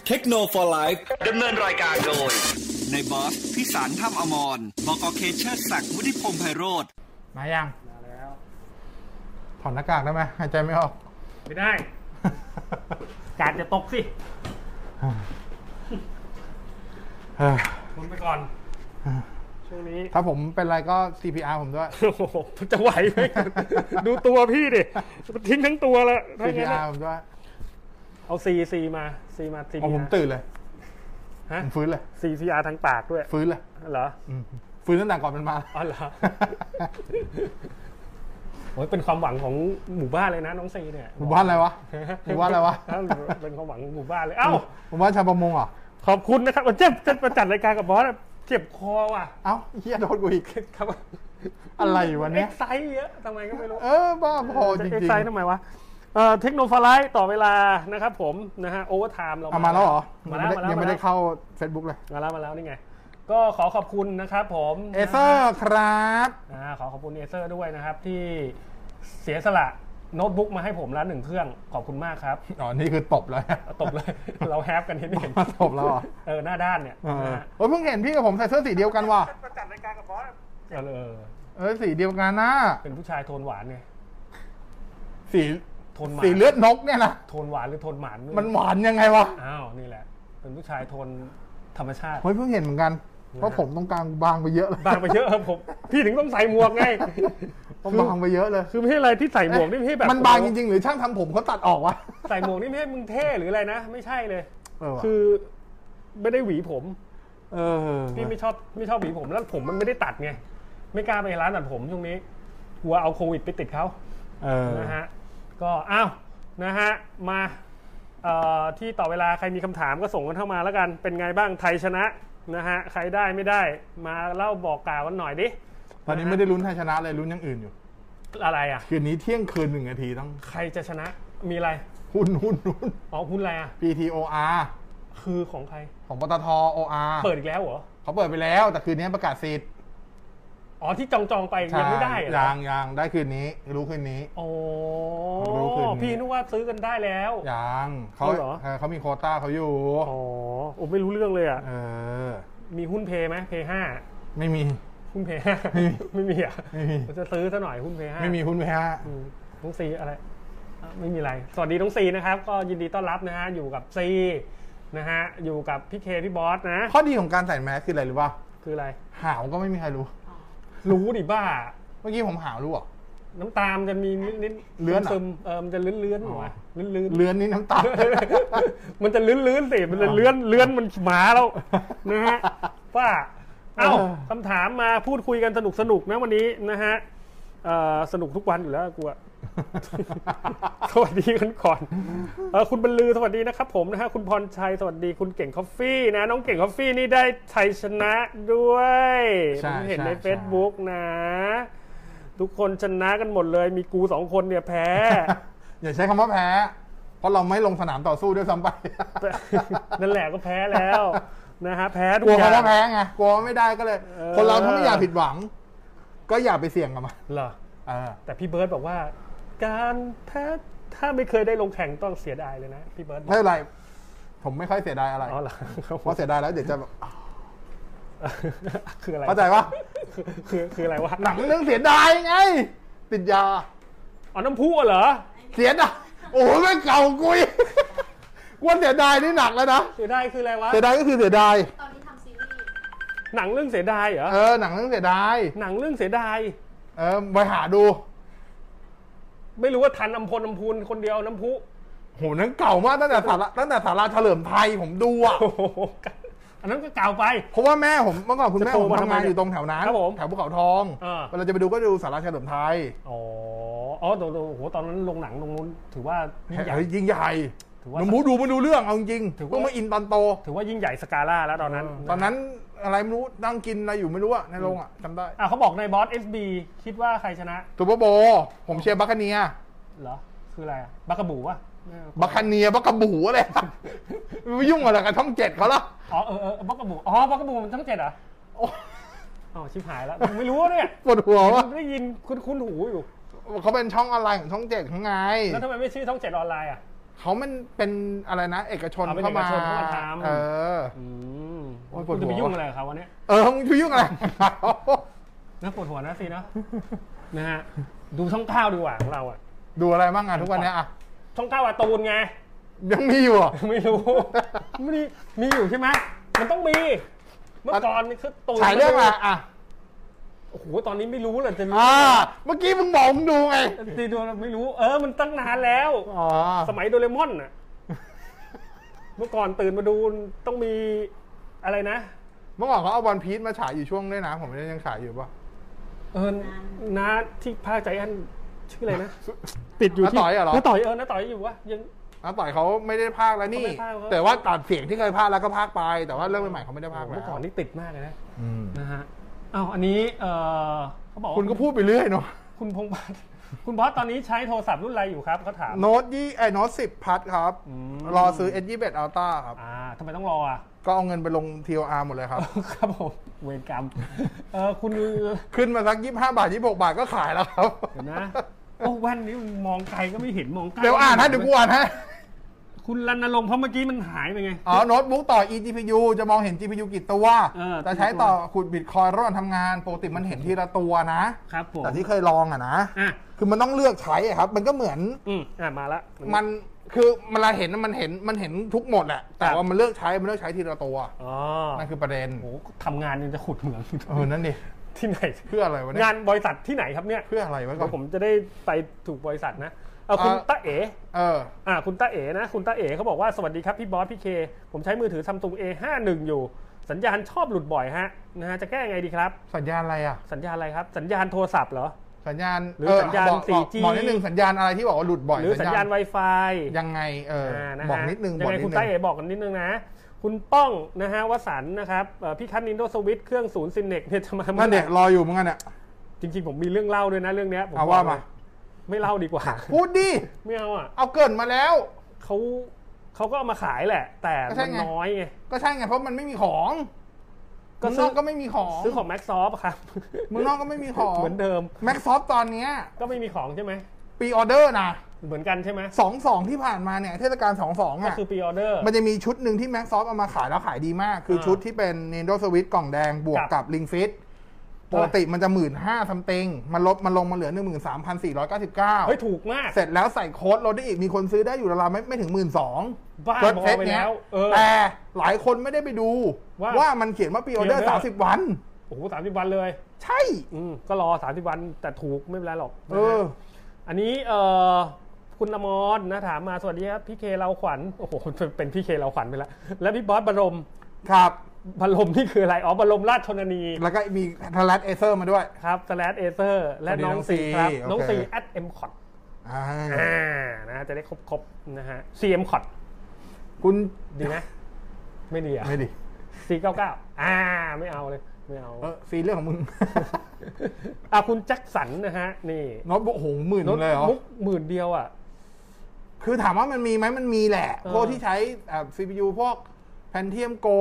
เทคโนโลยีไลฟ์ดำเนินรายการโดยในบอสพิสารถ้ำอมรบก.เคเชอร์ศักดิ์วุฒิพงษ์ไพโรจน์มายังมาแล้วถอดหน้ากากได้ไหมหายใจไม่ออกไม่ได้ การจะตกสิคุณไปก่อนช่วงนี้ถ้าผมเป็นอะไรก็ CPR ผมด้วยโอ้โหจะไหวไหม ดูตัวพี่ดิทิ้งทั้งตัวแล้ว CPR ผมด้วยเอาซีมาผมตื่นเลยผมฟื้นเลย CPR ทางปากด้วยฟื้นเลยเหรอฟื้นตั้งแต่ก่อนมันมาอ๋อเหรอโอ้ยเป็นความหวังของหมู่บ้านเลยนะน้องซีเนี่ยหมู่บ้านอะไรวะเป็นความหวังหมู่บ้านเลยเอ้าหมู่บ้านชาวประมงเหรอขอบคุณนะครับเจ็บมาจัดรายการกับบอสเจ็บคอว่ะเอ้าเฮียโดนกูอีกครับอะไรวะเนี่ยเอ็กไซส์เยอะทำไมก็ไม่รู้บ้าพอจริงๆเอ็กไซส์ทำไมวะเทคโนโลยีต่อเวลานะครับผมนะฮะโอเวอร์ไทม์เรามาแล้วเหรอยังไม่ได้เข้า Facebook เลยมาแล้วนี่ไงก็ขอขอบคุณนะครับผมเอเซอร์ครับขอขอบคุณเอเซอร์ด้วยนะครับที่เสียสละโน้ตบุ๊กมาให้ผมแล้ว1เครื่องขอบคุณมากครับนี่คือตบเลยเราแฮปกันเห็นตบแล้วหน้าด้านเนี่ยเพิ่งเห็นพี่กับผมใส่เสื้อสีเดียวกันว่ะจัดรายการกับบอสสีเดียวกันนะเป็นผู้ชายโทนหวานไงสีเลือดนกเนี่ยนะโทนหวานหรือโทนหมันมันหวานยังไงวะอ้าวนี่แหละเป็นผู้ชายโทนธรรมชาติเพิ่งเห็นเหมือนกันเพราะผมต้องการบางไปเยอะเลยบางไปเยอะครับผมพี่ถึงต้องใส่หมวกไงบางไปเยอะเลยคือไม่ใช่อะไรที่ใส่หมวกนี่ไม่ใช่แบบมันบางจริงๆหรือช่างทำผมเขาตัดออกวะใส่หมวกนี่ไม่ใช่มึงเท่หรืออะไรนะไม่ใช่เลยคือไม่ได้หวีผมพี่ไม่ชอบหวีผมแล้วผมมันไม่ได้ตัดไงไม่กล้าไปร้านตัดผมช่วงนี้กลัวเอาโควิดไปติดเขานะฮะก็อ้าวนะฮะมาที่ต่อเวลาใครมีคำถามก็ส่งกันเข้ามาแล้วกันเป็นไงบ้างไทยชนะนะฮะใครได้ไม่ได้มาเล่าบอกกล่าวกันหน่อยดิตอนนี้ไม่ได้ลุ้นไทยชนะเลยลุ้นอย่างอื่นอยู่อะไรอ่ะคืนนี้เที่ยงคืน1 นาทีต้องใครจะชนะมีอะไรหุ้นอ๋อหุ้นอะไรอ่ะ PTOR คือของใครของปตท OR เปิดอีกแล้วเหรอเขาเปิดไปแล้วแต่คืนนี้ประกาศสิทธิ์อ๋อที่จองไปยังไม่ได้ยังได้คืนนี้รู้คืนนี้โอ้พี่นึกว่าซื้อกันได้แล้วยังเขามีโควต้าเขาอยู่อ๋อไม่รู้เรื่องเลยอ่ะมีหุ้นเพย์ไหมเพย์5 ไม่มีหุ้นเพย์5ไม่มีอ่ะจะซื้อซะหน่อยหุ้นเพย์5 ไม่มีหุ้นเพย์ 5น้องซีอะไรไม่มีอะไรสวัสดีน้องซีนะครับก็ยินดีต้อนรับนะฮะอยู่กับซีนะฮะอยู่กับพี่เคพี่บอสนะข้อดีของการใส่แมสคืออะไรรู้ป่ะคืออะไรหาวก็ไม่มีใครรู้ดิบ้าเมื่อกี้ผมหาวรู้อ่ะน้ำตาลจะมีนิดเลื้อนซึมมันจะเลื้อนหัวเลื้อนนี่น้ำตาลมันจะเลื้อนสิมันจะเลื้อนมันหมาแล้วนะฮะว่าคำถามมาพูดคุยกันสนุกนะวันนี้นะฮะสนุกทุกวันอยู่แล้วกูอะสวัสดีกันก่อนคุณบรรลือสวัสดีนะครับผมนะฮะคุณพรชัยสวัสดีคุณเก่งคอฟฟี่นะน้องเก่งคอฟฟี่นี่ได้ชัยชนะด้วยผมเห็นใน Facebook นะทุกคนชนะกันหมดเลยมีกู2คนเนี่ยแพ้อย่าใช้คำว่าแพ้เพราะเราไม่ลงสนามต่อสู้ด้วยซ้ำไปนั่นแหละก็แพ้แล้วนะฮะแพ้ทุกอย่างกลัวว่าแพ้ไงกลัวไม่ได้ก็เลยคนเราถ้าไม่อยากผิดหวังก็อย่าไปเสี่ยงกับมันเหรอแต่พี่เบิร์ดบอกว่าการแพ้ถ้าไม่เคยได้ลงแข่งต้องเสียดายเลยนะพี่เบิร์ดไม่เป็นไรผมไม่ค่อยเสียดายอะไรเพราะเสียดายแล้วเดี๋ยวจะคืออะไรเข้าใจปะคืออะไรวะหนังเรื่องเสียดายไงติดยาน้ำพุเหรอเสียดายโอ้แม่งเก่ากุยวันเสียดายนี่หนักแล้วนะเสียดายคืออะไรวะเสียดายก็คือเสียดายตอนนี้ทำซีรีส์หนังเรื่องเสียดายเหรอหนังเรื่องเสียดายหนังเรื่องเสียดายไปหาดูไม่รู้ว่าทันอำพลคนเดียวน้ำพุโหนั่นเก่ามากตั้งแต่สาราเฉลิมไทยผมดูอ่ะอันนั้นก็เก่าไปเพราะว่าแม่ผมเมื่อก่อนคุณแม่ผมทำงานอยู่ตรงแถวนั้นแถวภูเขาทองเวลาจะไปดูก็ดูสาราเฉลิมไทยโหตอนนั้นลงหนังตรงนู้นถือว่ายิ่งใหญ่น้ำพุดูมันดูเรื่องเอาจริงเพิ่งมาอินตอนโตถือว่ายิ่งใหญ่สกาล่าแล้วตอนนั้นอะไรไม่รู้นั่งกินอะไรอยู่ไม่รู้อะในโรงอะจำได้เขาบอกในบอส SB คิดว่าใครชนะซูเปอร์โบผมเชียร์บัคคาเนียเหรอคืออะไรบัคกาบูวะบัคคาเนียบัคกาบูอะไรไม่ยุ่งอะไรกับช่อง7เขาล่ะบัคกาบูบัคกาบูมันช่อง7เหรอชิบหายแล้วไม่รู้เนี่ยปวดหัววะได้ยินคุ้นหูอยู่เขาเป็นช่องออนไลน์ของช่อง7ข้างไงแล้วทำไมไม่ชื่อช่อง7ออนไลน์อ่ะเขามันเป็นอะไรนะเอกชนเข้ามาทำคุณจะไปยุ่งอะไรกับเขาวันนี้มึงจะยุ่งอะไรน่าปวดหัวนะสินะนะฮะดูช่อง9ดีกว่าของเราอ่ะดูอะไรบ้างทุกวันนี้ช่อง9ตูนไงยังมีอยู่ไม่รู้มีอยู่ใช่ไหมมันต้องมีเมื่อก่อนนี่คือตูนฉายเรื่องอะไรโอ้โหตอนนี้ไม่รู้เลยจะรู้เมื่อกี้มึงบอกมึงดูไงตีดูไม่รู้มันตั้งนานแล้วสมัยโดเรมอนน่ะเมื่อก่อนตื่นมาดูต้องมีอะไรนะเมื่อก่อนเขาเอาวันพีซมาฉายอยู่ช่วงด้วยนะผมไม่ได้ยังฉายอยู่ป่ะนะที่ภาคใจอันชื่ออะไรนะติดอยู่ที่น้าต่อยน้าต่อยอยู่วะยังน้าต่อยเขาไม่ได้ภาคแล้วนี่แต่ว่าตัดเสียงที่เคยภาคแล้วก็ภาคไปแต่ว่าเรื่องใหม่ๆเขาไม่ได้ภาคแล้วเมื่อก่อนนี่ติดมากเลยนะฮะอันนี้เขาบอกคุณก็พูดไปเรื่อยเนาะคุณพงษ์พัฒน์คุณบอสตอนนี้ใช้โทรศัพท์รุ่นอะไรอยู่ครับเขาถามโน้ตโน้ต10 พัทครับรอซื้อ S21 Ultra ครับทำไมต้องรอก็เอาเงินไปลง TOR หมดเลยครับครับผมเวรกรรมคุณขึ้นมาสัก25 บาท26 บาทก็ขายแล้วครับเห็นนะแว่นนี้มองไกลก็ไม่เห็นมองใกล้เดี๋ยวเดี๋ยวกูอ่านให้คุณรณรงค์เพราะเมื่อกี้มันหายไปไงโน้ตบุ๊กต่อ eGPU จะมองเห็น GPU กี่ตัวแต่ใช้ต่อขุดบิตคอยน์ระหว่างทำงานปกติมันเห็นทีละตัวนะครับผมแต่ที่เคยลองนะคือมันต้องเลือกใช้ครับมันก็เหมือนมาละมันคือมันเห็นมันเห็นทุกหมดแหละแต่ว่ามันเลือกใช้ทีละตัวนั่นคือประเด็นโอ้ทำงานยังจะขุดเหมืองนั่นดิที่ไหนเพื่ออะไรวะเนี่ยงานบริษัทที่ไหนครับเนี่ยเพื่ออะไรวะผมจะได้ไปถูกบริษัทนะคุณตาเอ๋คุณตาเอ๋นะคุณตาเอ๋เขาบอกว่าสวัสดีครับพี่บอสพี่เคผมใช้มือถือ Samsung A51 อยู่สัญญาณชอบหลุดบ่อยฮะจะแก้ไงดีครับสัญญาณอะไรสัญญาณอะไรครับสัญญาณโทรศัพท์เหรอสัญญาณหรือสัญญาณ 4G บอกนิดนึงสัญญาณอะไรที่บอกว่าหลุดบ่อยหรือสัญญาณ Wi-Fi ยังไงบอกนิดนึงยังไงคุณตาเอ๋บอกกันนิดนึงนะคุณป้องนะฮะวสันต์นะครับพี่คัท Nintendo Switch เครื่อง0 Cinex เนี่ยจะมานั่นเด็กรออยู่เหมือนกันเนี่ยจริงๆผมมีเรื่องเล่าด้วยนะเรื่องนี้ผมว่ามาไม่เล่าดีกว่าพูดดิไม่เอาเอาเกินมาแล้วเขาก็เอามาขายแหละแต่มันน้อยไงก็ใช่ไงเพราะมันไม่มีของก็ซื้อก็ไม่มีของซื้อของ Maxsoft ครับเมืองนอกก็ไม่มีของเหมือนเดิม Maxsoft ตอนนี้ก็ไม่มีของใช่ไหมปีออเดอร์นะเหมือนกันใช่ไหม 22ที่ผ่านมาเนี่ยเทศกาล22 ก็คือปีออเดอร์มันจะมีชุดหนึ่งที่ Maxsoft เอามาขายแล้วขายดีมากคือชุดที่เป็น Nintendo Switch กล่องแดงบวกกับ Ring Fitปกติมันจะ 15,000 ซัมติงมันลงมาเหลือ 13,499 เฮ้ยถูกมากเสร็จแล้วใส่โค้ดลดได้อีกมีคนซื้อได้อยู่ราวๆไม่ถึง 12,000 บ้าพอไปแล้วแต่หลายคนไม่ได้ไปดูว่ามันเขียนว่าปีออเดอร์30 วันโอ้โห30 วันเลยใช่ก็รอ30 วันแต่ถูกไม่เป็นไรหรอกอันนี้คุณอมรนะถามมาสวัสดีครับพี่เคเราขวัญโอ้โหเป็นพี่เคเราขวัญไปแล้วและพี่บอสบรมครับบรมนี่คืออะไรบรมราชชนนีแล้วก็มีสแลชเอเซอร์มาด้วยครับสแลชเอเซอร์และน้องซีครับน้องซี@mcot นะจะได้ครบนะฮะ CMcot คุณดีไหมไม่ดีไม่ดี C99 ไม่เอาเลยไม่เอาซีเรื่องของมึงคุณแจ็คสันนะฮะนี่โน้ตบุ๊กโห10,000เลยเหรอมุก10,000เดียวคือถามว่ามันมีไหมมันมีแหละพวกที่ใช้CPU พวกPentium Go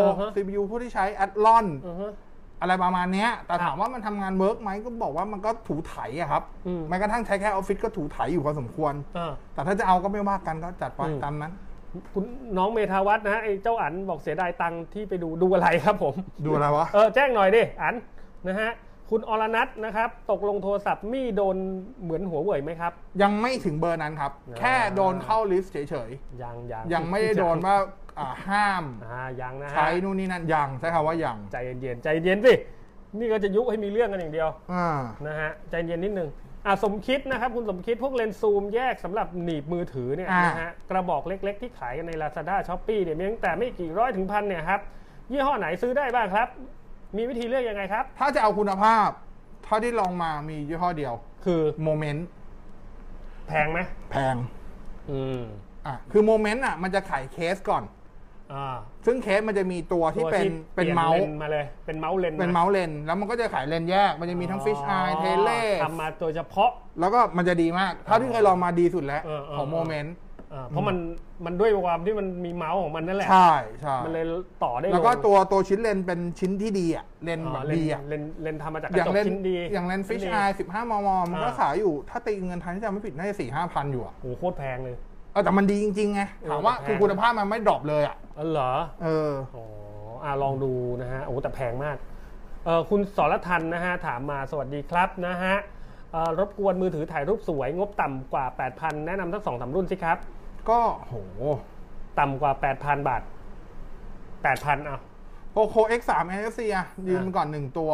CPU พวกที่ใช้ Athlon อะไรประมาณนี้แต่ถามว่ามันทำงานเวิร์กไหมก็บอกว่ามันก็ถูถ่ายครับแม้กระทั่งใช้แค่ออฟฟิศก็ถูถ่ายอยู่พอสมควรแต่ถ้าจะเอาก็ไม่ว่ากันก็จัดไปตามนั้นคุณน้องเมธาวัฒน์นะฮะไอ้เจ้าอั๋นบอกเสียดายตังค์ที่ไปดูอะไรครับผมดูอะไรวะแจ้งหน่อยดิอั๋นนะฮะคุณอรนัทนะครับตกลงโทรศัพท์มี่โดนเหมือนหัวเว่ยไหมครับยังไม่ถึงเบอร์นั้นครับแค่โดนเข้าลิสต์เฉยๆยังไม่ได้โดนว่าห้ามยังนะฮะใช้นู่นนี่นั่นยังใช้คำว่ายังใจเย็นใจเย็นสินี่ก็จะยุให้มีเรื่องกันอย่างเดียวนะฮะใจเย็นนิดนึงสมคิดนะครับคุณสมคิดพวกเลนส์ซูมแยกสำหรับหนีบมือถือเนี่ยนะฮะกระบอกเล็กๆที่ขายกันใน Lazada Shopee เนี่ยมีตั้งแต่ไม่กี่ร้อยถึงพันเนี่ยครับยี่ห้อไหนซื้อได้บ้างครับมีวิธีเลือกยังไงครับถ้าจะเอาคุณภาพเท่าที่ลองมามียี่ห้อเดียวคือโมเมนต์แพงไหมแพงคือโมเมนต์มันจะขายเคสก่อนซึ่งเคสมันจะมีตัวที่เป็นเมาส์มาเลยเป็นเมาส์เลนแล้วมันก็จะขายเลนแยกมันจะมีทั้งฟิชไอเทเล่ทำมาโดยเฉพาะแล้วก็มันจะดีมากเท่าที่เคยลองมาดีสุดแล้วของโมเมนต์เพราะมันด้วยความที่มันมีเมาส์ของมันนั่นแหละใช่มันเลยต่อได้แล้วก็ตัวชิ้นเลนเป็นชิ้นที่ดีเลนแบบดีเลนทำมาจากกระจกชิ้นดีอย่างเลนฟิชไอ15 มมมันก็ขายอยู่ถ้าตีเงินไทยที่จะไม่ผิดน่าจะ4-5 พันอยู่โอ้โหโคตรแพงเลยแต่มันดีจริงๆไงถามว่าคือคุณภาพมันไม่ดรอปเลยอ่ะเหรออ๋อลองดูนะฮะโอ้แต่แพงมากคุณสรทันนะฮะถามมาสวัสดีครับนะฮะรบกวนมือถือถ่ายรูปสวยงบต่ำกว่า 8,000 แนะนำสัก 2-3 รุ่นสิครับก็โหต่ำกว่า 8,000 บาท 8,000 เอา Poco X3 NFC อ่ะยืมก่อน1ตัว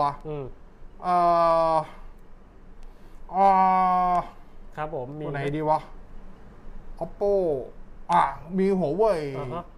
ครับผมมีไหนดีวะ Oppo มีหัวเว่ย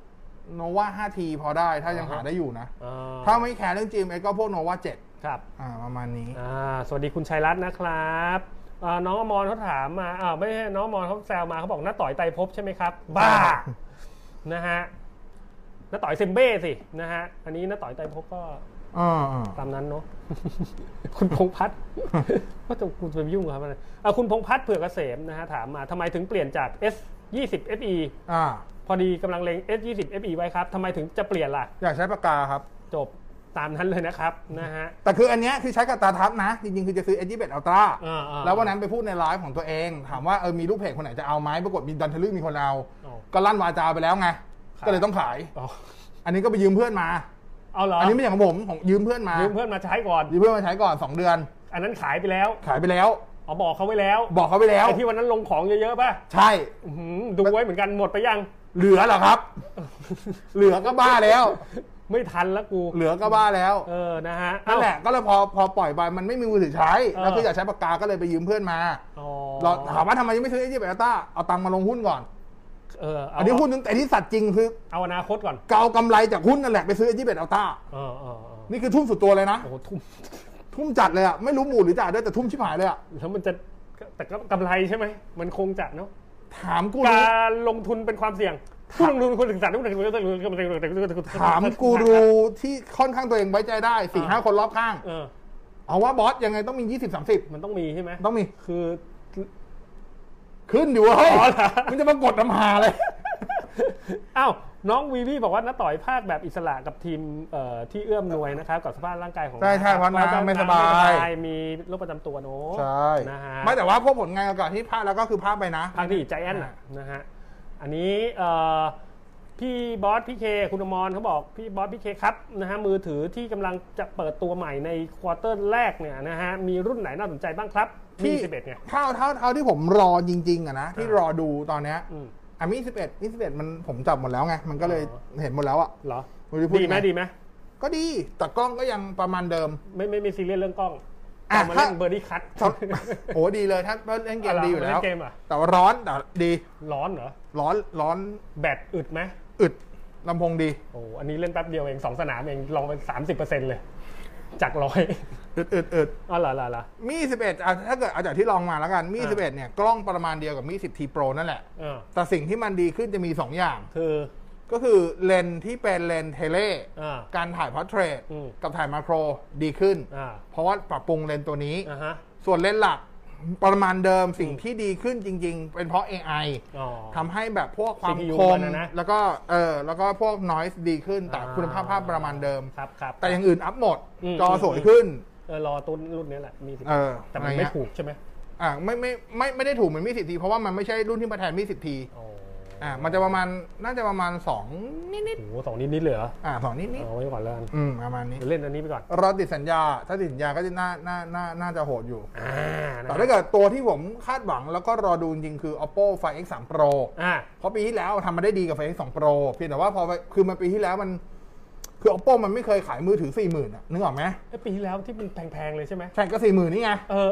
Nova 5T พอได้ถ้ายังหาได้อยู่นะถ้าไม่แคร์เรื่อง GMX ก็พวก Nova 7 ครับประมาณนี้สวัสดีคุณชัยรัตน์นะครับน้องอมรเขาถามมาไม่ใช่น้องอมรเขาแซวมาเขาบอกน้าต่อยไตรภพใช่ไหมครับบ้านะฮะน้าต่อยเซมเบ้สินะฮะอันนี้น้าต่อยไตรภพก็ตามนั้นเนาะคุณพงษ์พัฒน์ว่าจะคุณจะไปยุ่งครับอะไรคุณพงษ์พัฒน์เผือกเกษมนะฮะถามมาทำไมถึงเปลี่ยนจาก S20 FE พอดีกำลังเล็ง S20 FE ไว้ครับทำไมถึงจะเปลี่ยนล่ะอยากใช้ปากกาครับจบตามนั้นเลยนะครับนะฮะแต่คืออันนี้คือใช้กับตาทับนะจริงๆคือจะซื้อ S21 Ultra แล้ววันนั้นไปพูดในไลฟ์ของตัวเองถามว่ามีลูกเพจคนไหนจะเอาไหมปรากฏมีดันทะลึ่งมีคนเอาก็ลั่นวาจาไปแล้วไงก็เลยต้องขายอันนี้ก็ไปยืมเพื่อนมาเหรออันนี้ไม่ใช่ของผมของยืมเพื่อนมายืมเพื่อนมาใช้ก่อนยืมเพื่อนมาใช้ก่อน2 เดือนอันนั้นขายไปแล้วบอกเขาไว้แล้วไอ้ที่วันนั้นลงของเยอะๆป่ะใช่ดูไว้เหมือนกันหมดไปยังเหลือเหรอครับเหลือก็บ้าแล้วไม่ทันแล้วกูเหลือก็บ้าแล้วนะฮะนั่นแหละก็เลยพอปล่อยไปมันไม่มีมือถือใช้แล้วคืออยากใช้ปากกาก็เลยไปยืมเพื่อนมาเราถามว่าทำไมยังไม่ซื้อS21 Ultraเอาตังค์มาลงหุ้นก่อนอันนี้หุ้นแต่ที่สัตว์จริงคือเอาอนาคตก่อนเกากำไรจากหุ้นนั่นแหละไปซื้อS21 Ultraนี่คือทุ่มสุดตัวเลยนะโอ้ทุ่มจัดเลยอ่ะไม่รู้หมู่หรือจ่าด้วยแต่ทุ่มชิบหายเลยอ่ะแล้วมันจะแต่ก็กำไรใช่ไหมมันคงจะเนาะถามกูการลงทุนเป็นความเสี่ยงผู้ลงทุนคนศึกษาถามกูรูที่ค่อนข้างตัวเองไว้ใจได้ 4-5 คนรอบข้างเอาว่าบอสยังไงต้องมี 20-30 มันต้องมีใช่ไหมต้องมีคือขึ้นอยู่เฮ้ยมันจะมากดน้ำหาเลยน้องวีวีบอกว่าน้าต่อยภาคแบบอิสระกับทีมที่เอื้อมหน่วยนะครับกับสภาพร่างกายของใช่เพราะน้าไม่สบายมีโรคประจำตัวโน้ใช่นะฮะไม่แต่ว่าพวกผลงานเก่าที่ภาคแล้วก็คือภาคไปนะภาคที่ใจแอนนะฮะอันนี้พี่บอสพี่เคคุณอมรเขาบอกพี่บอสพี่เคครับนะฮะมือถือที่กำลังจะเปิดตัวใหม่ในควอเตอร์แรกเนี่ยนะฮะมีรุ่นไหนน่าสนใจบ้างครับมี11เนี่ยเท่าที่ผมรอจริงๆอะนะที่รอดูตอนเนี้ยมี11มันผมจับหมดแล้วไงมันก็เลยเห็นหมดแล้วอะเหรอดีไหมก็ดีแต่กล้องก็ยังประมาณเดิมไม่มีซีเรียสเรื่องกล้องมาเล่นเบอร์ดี้คัทโอ้ดีเลยถ้าเล่นเกมดีอยู่แล้วแต่ว่าร้อนแต่ดีร้อนเหรอร้อนแบตอึดไหมอึดลำโพงดีโอ้อันนี้เล่นแป๊บเดียวเอง2 สนามเองลองไป 30% เลยจาก100 อึดเหรอมี11ถ้าเกิดเอาจากที่ลองมาแล้วกันมี11เนี่ยกล้องประมาณเดียวกับมี10 T Pro นั่นแหละแต่สิ่งที่มันดีขึ้นจะมี2อย่างก็คือเลนที่เป็นเลนเทเลการถ่ายพอร์เทรตกับถ่ายมาโครดีขึ้นเพราะว่าปรับปรุงเลนตัวนี้ส่วนเลนหลักประมาณเดิมสิ่งที่ดีขึ้นจริงๆเป็นเพราะ AI ทำให้แบบพวกความคมแล้วก็พวก noise ดีขึ้นแต่คุณภาพประมาณเดิมแต่อย่างอื่นอัพหมดจอสวยขึ้นรอต้นรุ่นนี้แหละมีแต่มันไม่ถูกใช่ไหมไม่ได้ถูกเหมือนมี10 ทีเพราะว่ามันไม่ใช่รุ่นที่มาแทนมี10 ทีมันจะน่าจะประมาณ2นิดๆโอ้2นิดๆเลยเหรอ 2นิดๆเอาไว้ก่อนแล้วประมาณนี้เล่นอันนี้ไปก่อนรอติดสัญญาถ้าติดสัญญาก็จะน่าจะโหดอยู่แต่ถ้าเกิดตัวที่ผมคาดหวังแล้วก็รอดูจริงๆคือ Oppo Find X3 Pro เพราะปีที่แล้วทำมาได้ดีกับ Find X2 Pro เพียงแต่ว่าพอคือมันปีที่แล้วมันคือ Oppo มันไม่เคยขายมือถือ 40,000 นึกออกไหมปีที่แล้วที่มันแพงๆเลยใช่ไหมใช่ก็ 40,000 นี่ไง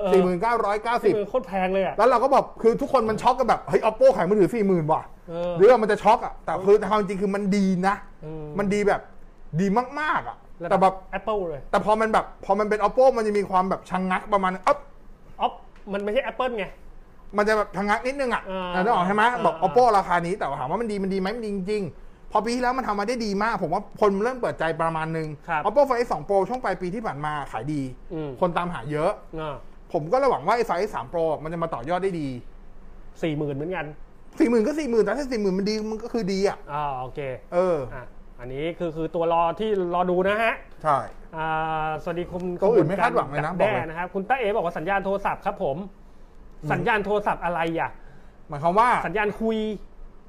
49,990 โคตรแพงเลยแล้วเราก็บอกคือทุกคนมันช็อกกันแบบเฮ้ย Oppo ขายมือถือ 40,000 ว่ะหรือว่ามันจะช็อกอ่ะแต่คือความจริงคือมันดีนะมันดีแบบดีมากๆอ่ะแต่แบบ Apple เลยแต่พอมันเป็น Oppo มันจะมีความแบบชะงักประมาณมันไม่ใช่ Apple ไงมันจะแบบชะงักนิดนึงอ่ะนึกออกใช่ไหมบอก Oppo ราคานี้แต่ถามว่ามันดีไหมมันดีจริงพอปีที่แล้วมันทำมาได้ดีมากผมว่าคนเริ่มเปิดใจประมาณนึง Oppo Find X2 Pro ช่วงปลายปีที่ผ่านมาขายดีคนตามหาเยอะผมก็เลยหวังว่าไอ้ Find X3 Pro มันจะมาต่อยอดได้ดี 40,000 เหมือนกัน 40,000 ก็ 40,000 แต่ถ้า 40,000 มันดีมันก็คือดีอ่ะโอเคอันนี้คือตัวรอที่รอดูนะฮะใช่สวัสดีคุณตัวอื่นไม่คาดหวังเลยนะแด้นะครับคุณต้าเอ๋บอกว่าสัญญาณโทรศัพท์ครับผมสัญญาณโทรศัพท์อะไรอ่ะหมายความว่าสัญญาณคุย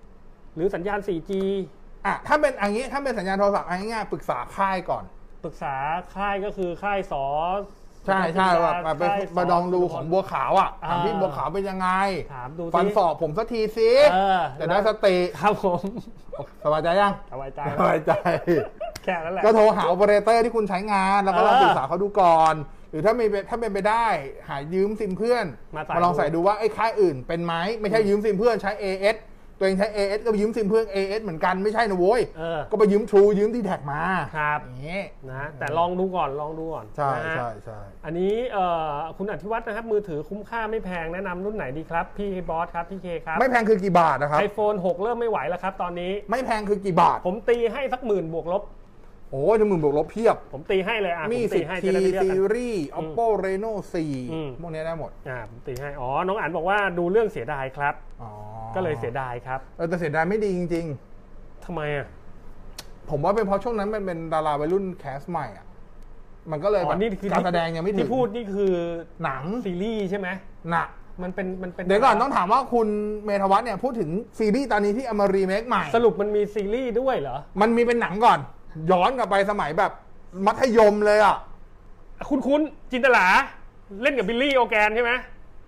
หรือสัญญาณ 4G ถ้าเป็นอย่างนี้ถ้าเป็นสัญญาณโทรศัพท์ง่ายๆปรึกษาค่ายก่อนปรึกษาค่ายก็คือค่ายสอใช่แบบไปลองดูของบัวขาวถามพี่บัวขาวเป็นยังไงถามดูฟันสอบผมสักทีสิจะได้สติครับผมสบายใจยังสบายใจแค่นั้นแหละก็โทรหาโอเปอเรเตอร์ที่คุณใช้งานแล้วก็ลองปรึกษาเขาดูก่อนหรือถ้าเป็นไปได้หายืมซิมเพื่อนมาลองใส่ดูว่าไอ้ค่ายอื่นเป็นไหมไม่ใช่ยืมซิมเพื่อนใช้ AS ตัวเองใช้ AS ก็ไปยืมซิมเพื่อน AS เหมือนกันไม่ใช่นะโว้ยก็ไปยืม True ยืม T-Tac มาครับอย่างนี้นะแต่ลองดูก่อนใช่อันนี้คุณอธิวัฒน์นะครับมือถือคุ้มค่าไม่แพงแนะนำรุ่นไหนดีครับพี่บอสครับพี่เคครับไม่แพงคือกี่บาทนะครับ iPhone 6 เริ่มไม่ไหวแล้วครับตอนนี้ไม่แพงคือกี่บาทผมตีให้สัก10,000 บวกลบโอ้จะ10,000 บวกลบเพียบผมตีให้เลยมี 10T ซีรีส์ Oppo Reno 4พวกนี้ได้หมดผมตีให้น้องอั๋นบอกว่าดูเรื่องเสียดายครับก็เลยเสียดายครับแต่เสียดายไม่ดีจริงๆทำไมผมว่าเป็นเพราะช่วงนั้นมันเป็นดาราวัยรุ่นแคสใหม่มันก็เลยแบบการแสดงยังไม่ถึงที่พูดนี่คือหนังซีรีส์ใช่ไหมมันเป็นเดี๋ยวก่อนต้องถามว่าคุณเมธวัฒน์เนี่ยพูดถึงซีรีส์ตอนนี้ที่เอามารีเมคใหม่สรุปมันมีซีรีส์ด้วยเหรอมันมีเป็นหนังก่อนย้อนกลับไปสมัยแบบมัธยมเลยคุณจินตลาเล่นกับบิลลี่โอแกนใช่ไหม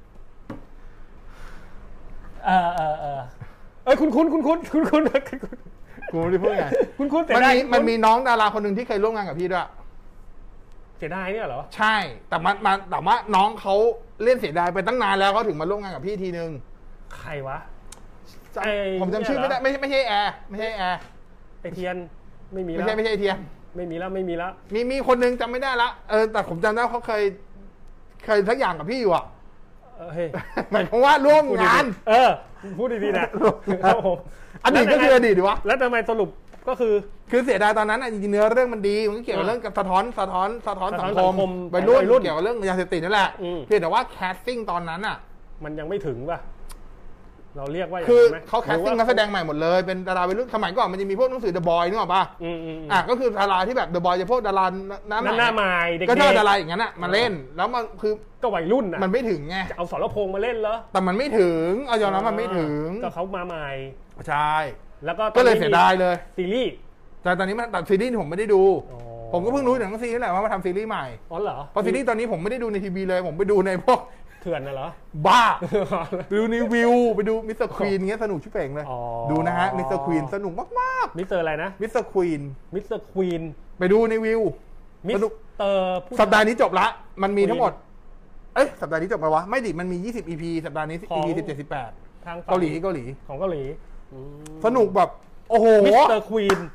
คุณกูไม่ได้พูดไงคุณแต่มันมีน้องดาราคนหนึ่งที่เคยร่วมงานกับพี่ด้วยเสียดายเนี่ยเหรอใช่แต่ว่าน้องเขาเล่นเสียดายไปตั้งนานแล้วเขาถึงมาร่วมงานกับพี่ทีนึงใครวะผมจำชื่อไม่ได้ไม่ใช่แอร์ไอเทียนไม่มีแล้วไม่ใช่ไอเทียนไม่มีแล้วมีคนนึงจำไม่ได้ละแต่ผมจำได้เขาเคยสักอย่างกับพี่อยู่หมายความว่าร่วมงานพูดดีๆนะอดีตก็คืออดีตดีวะแล้วทำไมสรุปก็คือเสียดายตอนนั้นจริงๆเนื้อเรื่องมันดีมันเกี่ยวกับเรื่องกับสะท้อนสังคมวัยรุ่นเกี่ยวกับเรื่องยาเสพติดนั่นแหละเพียงแต่ว่าแคสติ้งตอนนั้นมันยังไม่ถึงป่ะเราเรียกว่าคือเขาแคสติ้งนักแสดงใหม่หมดเลยเป็นดาราวัยรุ่นสมัยก่อนมันจะมีพวกหนังสือ The Boy นึกออกป่ะก็คือดาราที่แบบ The Boy จะพวกดาราหน้าใหม่ก็เท่าดาราอย่างนั้นมาเล่นแล้วมันคือก็วัยรุ่นมันไม่ถึงไงจะเอาสรพงษ์มาเล่นเหรอแต่มันไม่ถึงเอายอมรับมันไม่ถึงก็เขามาใหม่ใช่แล้วก็เลยเสียดายเลยซีรีส์แต่ตอนนี้มันตัดซีรีส์ผมไม่ได้ดูผมก็เพิ่งรู้หนังซีรีส์นี่แหละว่ามาทำซีรีส์ใหม่เหรอเพราะซีรีส์ตอนนี้ผมไม่ได้ดูในทีวีเลยผมไปดูในพวกเถื่อนน่ะเหรอบ้าไปดูรีวิวไปดูมิสเตอร์ควีนเงี้ยสนุกชิบเป่งเลยดูนะฮะมิสเตอร์ควีนสนุกมากๆมิสเตอร์อะไรนะมิสเตอร์ควีนไปดูในวิวมิสเตอร์สัปดาห์นี้จบละมันมีทั้งหมดสัปดาห์นี้จบไหมวะไม่ดิมันมี20 EP สัปดาห์นี้ EP 17-18ทางเกาหลีของเกาหลีสนุกแบบโอ้โหมิสเตอร์ควีน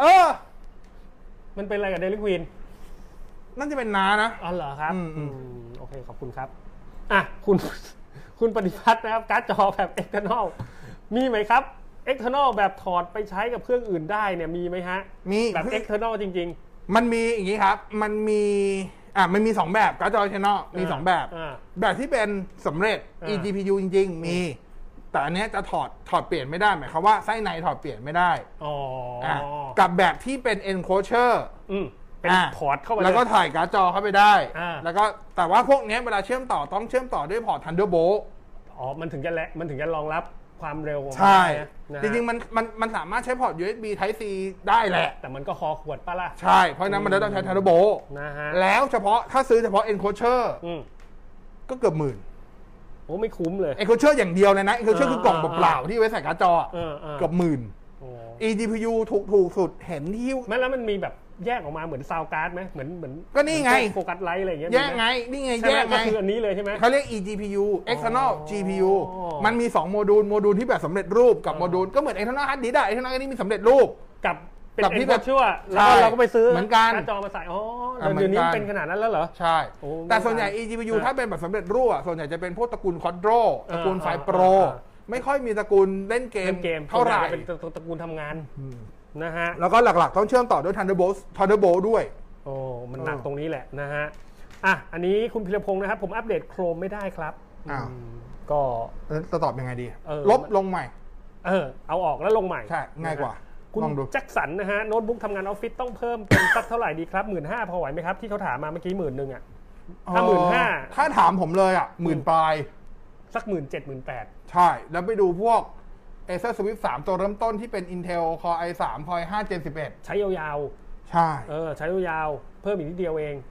มันเป็นอะไรกับเดลิควีนนั่นจะเป็นน้านะเหรอครับโอเคขอบคุณครับคุณปฏิพัฒน์นะครับการ์ดจอแบบ external มีไหมครับ external แบบถอดไปใช้กับเครื่องอื่นได้เนี่ยมีไหมฮะมีแบบ external จริงๆมันมีอย่างนี้ครับมันมี2แบบการ์ดจอ external มี2แบบที่เป็นสำเร็จ eGPU จริงๆมีแต่อันนี้จะถอดเปลี่ยนไม่ได้หมายความว่าไส้ในถอดเปลี่ยนไม่ได้กับแบบที่เป็น enclosure เป็นพอร์ตเข้าไปแล้วก็ถ่ายการ์ดจอเข้าไปได้แล้วก็แต่ว่าพวกนี้เวลาเชื่อมต่อต้องเชื่อมต่อด้วยพอร์ต Thunderbolt มันถึงจะรองรับความเร็วใช่จริงๆมันสามารถใช้พอร์ต USB Type C ได้แหละแต่มันก็คอขวดป่ะล่ะใช่เพราะนั้นมันต้องใช้ Thunderbolt นะฮะแล้วถ้าซื้อเฉพาะ enclosure ก็เกือบ10,000 ไม่คุ้มเลย enclosure อย่างเดียวเลยนะ enclosure คือกล่องเปล่าๆที่ไว้ใส่การ์ดจอเกือบ10,000eGPU ถูกสุดเห็นที่ไม่แล้วมันมีแบบแยกออกมาเหมือนซาวการ์ดไหมเหมือนก็นี่ไงโฟกัสไลท์อะไรอย่างเงี้ยแยกไงนี่ไงแยกไงก็คืออันนี้เลยใช่ไหมเขาเรียก eGPU external GPU มันมี2โมดูลที่แบบสำเร็จรูปกับโมดูลก็เหมือน external hard disk external นี่มีสำเร็จรูปกับที่แบบชั่วแล้วเราก็ไปซื้อเหมือนกันหน้าจอมาใส่เดี๋ยวนี้เป็นขนาดนั้นแล้วเหรอใช่แต่ส่วนใหญ่ eGPU ถ้าเป็นแบบสำเร็จรูปส่วนใหญ่จะเป็นพวกตระกูล Quadro ตระกูลไฟโปรไม่ค่อยมีตระกูลเล่นเกมเท่าไหร่เป็นตระกูลทำงานนะฮะแล้วก็หลักๆต้องเชื่อมต่อด้วย Thunderbolt ด้วยมันหนักตรงนี้แหละนะฮะอันนี้คุณพิรพงศ์นะครับผมอัปเดตโครมไม่ได้ครับก็จะตอบยังไงดีลบลงใหม่เอาออกแล้วลงใหม่ใช่ง่ายกว่าคุณแจ็คสันนะฮะโน้ตบุ๊กทำงานออฟฟิศต้องเพิ่มเป็นสักเท่าไหร่ดีครับ 15,000 พอไหวไหมครับที่เขาถามมาเมื่อกี้10,000ถ้า 15,000ถ้าถามผมเลย10,000 ปลายสัก17,000 18,000 ใช่แล้วไปดูพวก Acer Swift 3 ตัวเริ่มต้นที่เป็น Intel Core i3 Core i5 Gen 11 ใช้ยาวใช่ๆใช้ยาวๆเพิ่มอีกนิดเดียวเอง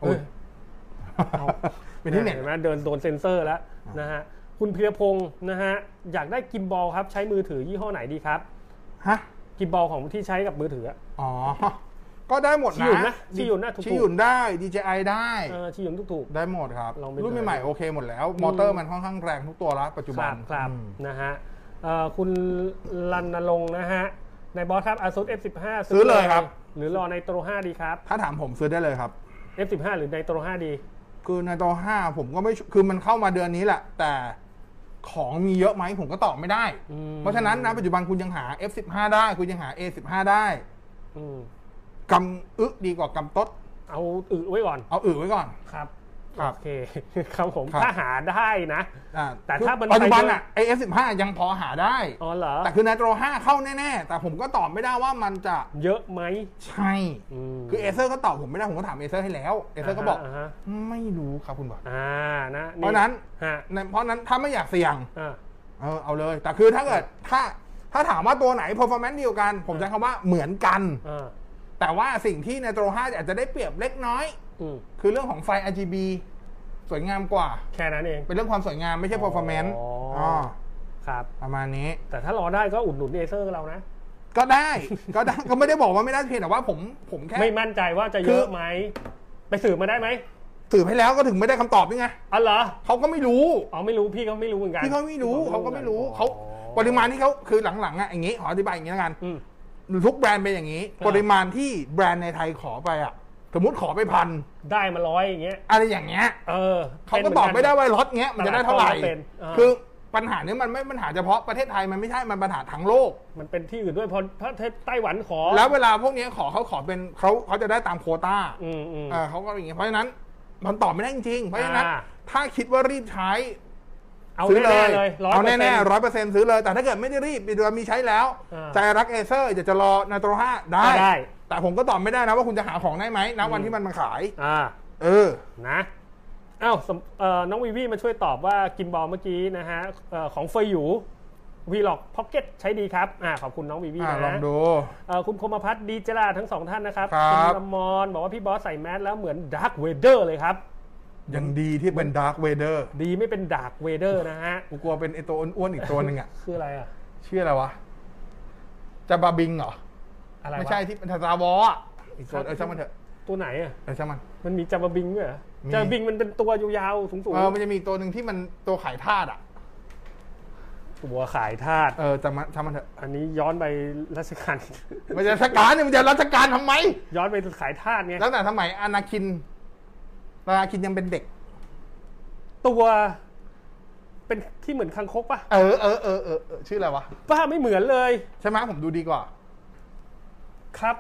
เป็นที่เน็ตนะเดินโดนเซ็นเซอร์แล้วนะฮะคุณพีรพงศ์นะฮะอยากได้กิมบอลครับใช้มือถือยี่ห้อไหนดีครับฮะกิมบอลของที่ใช้กับมือถืออ๋อก็ได้หมดนะชิยุนนะชิยุนได้ DJI ได้ชิยุนถูกได้หมดครับรุ่นใหม่ๆโอเคหมดแล้วมอเตอร์มันค่อนข้างแรงทุกตัวแล้วปัจจุบันครับนะฮะคุณลันลงนะฮะในบอสครับ Asus F15 ซื้อเลยครับหรือรอในโตร5ดีครับถ้าถามผมซื้อได้เลยครับ F15 หรือในโตร5ดีคือในโตร5ผมก็ไม่คือมันเข้ามาเดือนนี้แหละแต่ของมีเยอะไหมผมก็ตอบไม่ได้เพราะฉะนั้นนะปัจจุบันคุณยังหา F15 ได้คุณยังหา A15 ได้กำดีกว่ากำต๊ดเอาไว้ก่อนเอาไว้ก่อนครับโอเคครับผมถ้าหาได้นะแต่ถ้าปัจจุบันอ่ะ F15 ยังพอหาได้อ๋อเหรอแต่คือในโตร5เข้าแน่ๆแต่ผมก็ตอบไม่ได้ว่ามันจะเยอะไหมใช่คือเอเซอร์ก็ตอบผมไม่ได้ผมก็ถามเอเซอร์ให้แล้วเอเซอร์ก็บอกไม่รู้ครับคุณบอกนะเพราะนั้นถ้าไม่อยากเสี่ยงเอาเลยแต่คือถ้าเกิดถ้าถามว่าตัวไหน performance เดียวกันผมใช้คำว่าเหมือนกันแต่ว่าสิ่งที่ในโตร5อาจจะได้เปรียบเล็กน้อยคือเรื่องของไฟ RGB สวยงามกว่าแค่นั้นเองเป็นเรื่องความสวยงามไม่ใช่ performance ครับประมาณนี้แต่ถ้ารอได้ก็อุดหนุนเอเซอร์เรานะก็ได้ก็ไม่ได้บอกว่าไม่ได้เพียงแต่ว่าผมแค่ไม่มั่นใจว่าจะเยอะไหมไปสืบมาได้ไหมสืบให้แล้วก็ถึงไม่ได้คำตอบนี่ไงอ๋อเหรอเขาก็ไม่รู้ไม่รู้พี่เขาไม่รู้เหมือนกันพี่เขาไม่รู้เขาก็ไม่รู้เขาปริมาณที่เขาคือหลังๆอ่ะอย่างนี้ขออธิบายอย่างนี้แล้วกันทุกแบรนด์เป็นอย่างนี้ปริมาณที่แบรนด์ในไทยขอไปอ่ะสมมติขอไป1,000 ได้มา100อย่างเงี้ยอะไรอย่างเงี้ยเขาก็ตอบไม่ได้ว่าล็อตเงี้ยมันจะได้เท่าไหร่คือปัญหานี้มันไม่ปัญหาเฉพาะประเทศไทยมันไม่ใช่มันปัญหาทั้งโลกมันเป็นที่อื่นด้วยเพราะประเทศไต้หวันขอแล้วเวลาพวกนี้เขาขอเป็นเขาจะได้ตามโควต้าเขาก็อย่างเงี้ยเพราะฉะนั้นมันตอบไม่ได้จริงๆเพราะฉะนั้นถ้าคิดว่ารีบใช้ซื้อเลยเอาแน่ๆ100%ซื้อเลยแต่ถ้าเกิดไม่ได้รีบมีใช้แล้วใจรักเอเซอร์จะรอนาโตร5ได้แต่ผมก็ตอบไม่ได้นะว่าคุณจะหาของได้ไหมณวันที่มันมาขายนะน้องวีวีมาช่วยตอบว่ากิมบอลเมื่อกี้นะฮะของเฟยหยูวีล็อกพ็อกเก็ตใช้ดีครับขอบคุณน้องวีวีนะลองดูคุณคมพัฒน์ดีเจราทั้ง2ท่านนะครับคุณลมอนบอกว่าพี่บอสใส่แมสแล้วเหมือนดาร์คเวเดอร์เลยครับยังดีที่เป็นดาร์คเวเดอร์ดีไม่เป็นดาร์คเวเดอร์นะฮะกูกลัวเป็นไอตัวอ้วนๆอีกตัวนึงอ่ะคืออะไรอ่ะชื่ออะไรวะจะบาบิงเหรออะไรไม่ใช่ที่เป็นทาซาวออีกตัวช่างมันเถอะตัวไหนอ่ะช่างมันมีจาบาบิงด้วยเหรอจาบาบิงมันเป็นตัวยาวๆสูงๆมันจะมีตัวหนึ่งที่มันตัวขายธาตุอ่ะตัวขายธาตุช่างมันเถอะอันนี้ย้อนไปรัชกาลไม่ใช่รัชกาลเนี่ยมันจะรัชกาลทำไมย้อนไปขายธาตุไงตั้งแต่สมัยอนาคินยังเป็นเด็กตัวเป็นที่เหมือนคังคกป่ะชื่ออะไรวะป้าไม่เหมือนเลยใช่ไหมผมดูดีกว่าครับ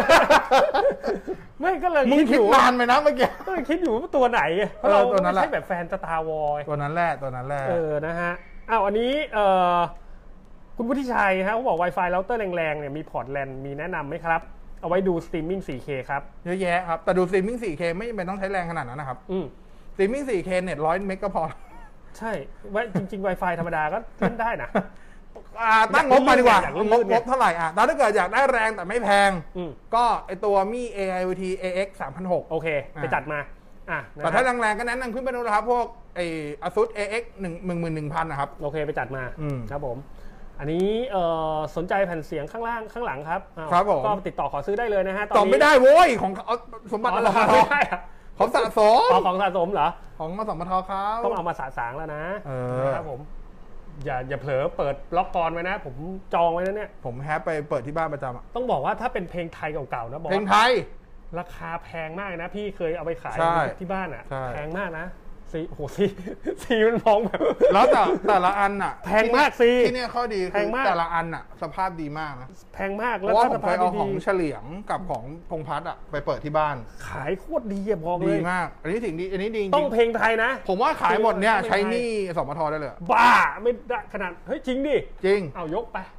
ไม่ก็เลยมึงคิดนานไหมนะเมื่อกี้ก็คิดอยู่ว่าตัวไหนเพราะเราไม่ใช่แบบแฟนสตาร์วอร์ตัวนั้นแหละนะฮะอันนี้คุณวุฒิชัยฮะเขาบอก Wi-Fi เราเตอร์แรงๆเนี่ยมีพอร์ตแลนมีแนะนำไหมครับเอาไว้ดูสตรีมมิ่ง 4K ครับเยอะแยะครับแต่ดูสตรีมมิ่ง 4K ไม่จำเป็นต้องใช้แรงขนาดนั้นนะครับสตรีมมิ่ง 4K เน็ต100 เมกก็พอใช่ว่าจริงๆ Wi-Fi ธรรมดาก็เล่นได้นะตั้งงบมาดีกว่างบเท่าไหร่แต่ถ้าเกิดอยากได้แรงแต่ไม่แพงก็ไอตัวมี AIoT AX 3006 โอเคไปจัดมาแต่ถ้าแรงๆก็แนะนำขึ้นไปดูนะครับพวกไอ Asus AX 11,000นะครับโอเคไปจัดมาครับผมอันนี้สนใจแผ่นเสียงข้างหลังครับผมก็ติดต่อขอซื้อได้เลยนะฮะตอบไม่ได้โว้ยของสมบัติอะไรของสะสมของสะสมเหรอของสมบัติเขาต้องเอามาสะสางแล้วนะครับผมอย่าเผลอเปิดล็อกกรไว้นะผมจองไว้นะเนี่ยผมแฮปไปเปิดที่บ้านประจำต้องบอกว่าถ้าเป็นเพลงไทยเก่าๆนะบอกเพลงไทยราคาแพงมากนะพี่เคยเอาไปขายที่บ้านอ่ะแพงมากนะสีมันมองแบบแล้วแต่ละอันอ่ะแพงมากสีที่นี่ข้อดีคือแต่ละอันอ่ะสภาพดีมากนะแพงมากแล้วก็สภาพดีเอาของเฉลียงกับของพงพัฒน์อ่ะไปเปิดที่บ้านขายโคตรดีอะบอกเลยดีมากอันนี้ถึงดีอันนี้ดีต้องเพลงไทยนะผมว่าขายหมดเนี่ยใช้หนี้สมทได้เลยบ้าไม่ได้ขนาดเฮ้ยจริงดิจริงเอายกไป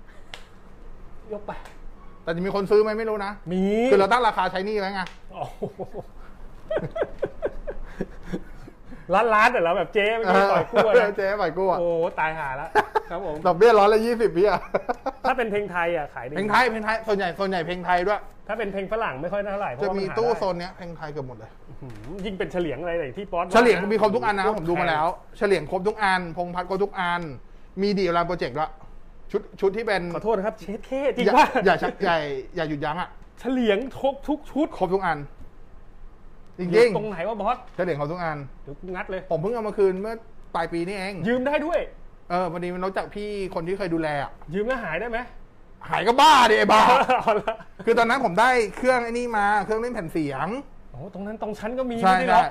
แต่จะมีคนซื้อไหมไม่รู้นะมีคือเราตั้งราคาใช้หนี้ไว้ไงล้านแต่เราแบบเจ๊ไม่ได้ปล่อยกู้นะเจ๊ปล่อยกู้โอ้ตายหาแล้วครับผมดอกเบี้ย120พี่อะถ้าเป็นเพลงไทยอ่ะขายดีเพลงไทยส่วนใหญ่เพลงไทยด้วยถ้าเป็นเพลงฝรั่งไม่ค่อยเท่าไหร่เพราะจะว่ามีนหาตู้ได้โซนเนี้ยเพลงไทยเกือบหมดเลยยิ่งเป็นเฉลียงอะไรอย่างที่ป๊อตเฉลียงมีครบทุกอันนะผมดูมาแล้ว เฉลียงครบทุกอันพงพัดครบทุกอันมีดีลานโปรเจกต์ด้วยชุดที่เป็นขอโทษนะครับเชฟเท่จริงว่าอย่าชักใหญ่อย่าหยุดยั้งอะเฉลียงครบทุกชุดครบทุกอันจอยู่ริงตรงไหนวะบอสๆเฉลียงครบทุกอันเดี๋ยวกูงัดเลยผมเพิ่งเอามาคืนเมื่อปลายปีนี่เองยืมได้ด้วยพอดีมันรู้จักพี่คนที่เคยดูแลอะยืมแล้วหายได้ไหมหายก็บ้าดิไอ้บ้าเอาละคือตอนนั้นผมได้เครื่องไอ้นี่มาเครื่องเล่นแผ่นเสียงโอ้ตรงนั้นตรงชั้นก็มีใช่ไม่ได้หรใช่อก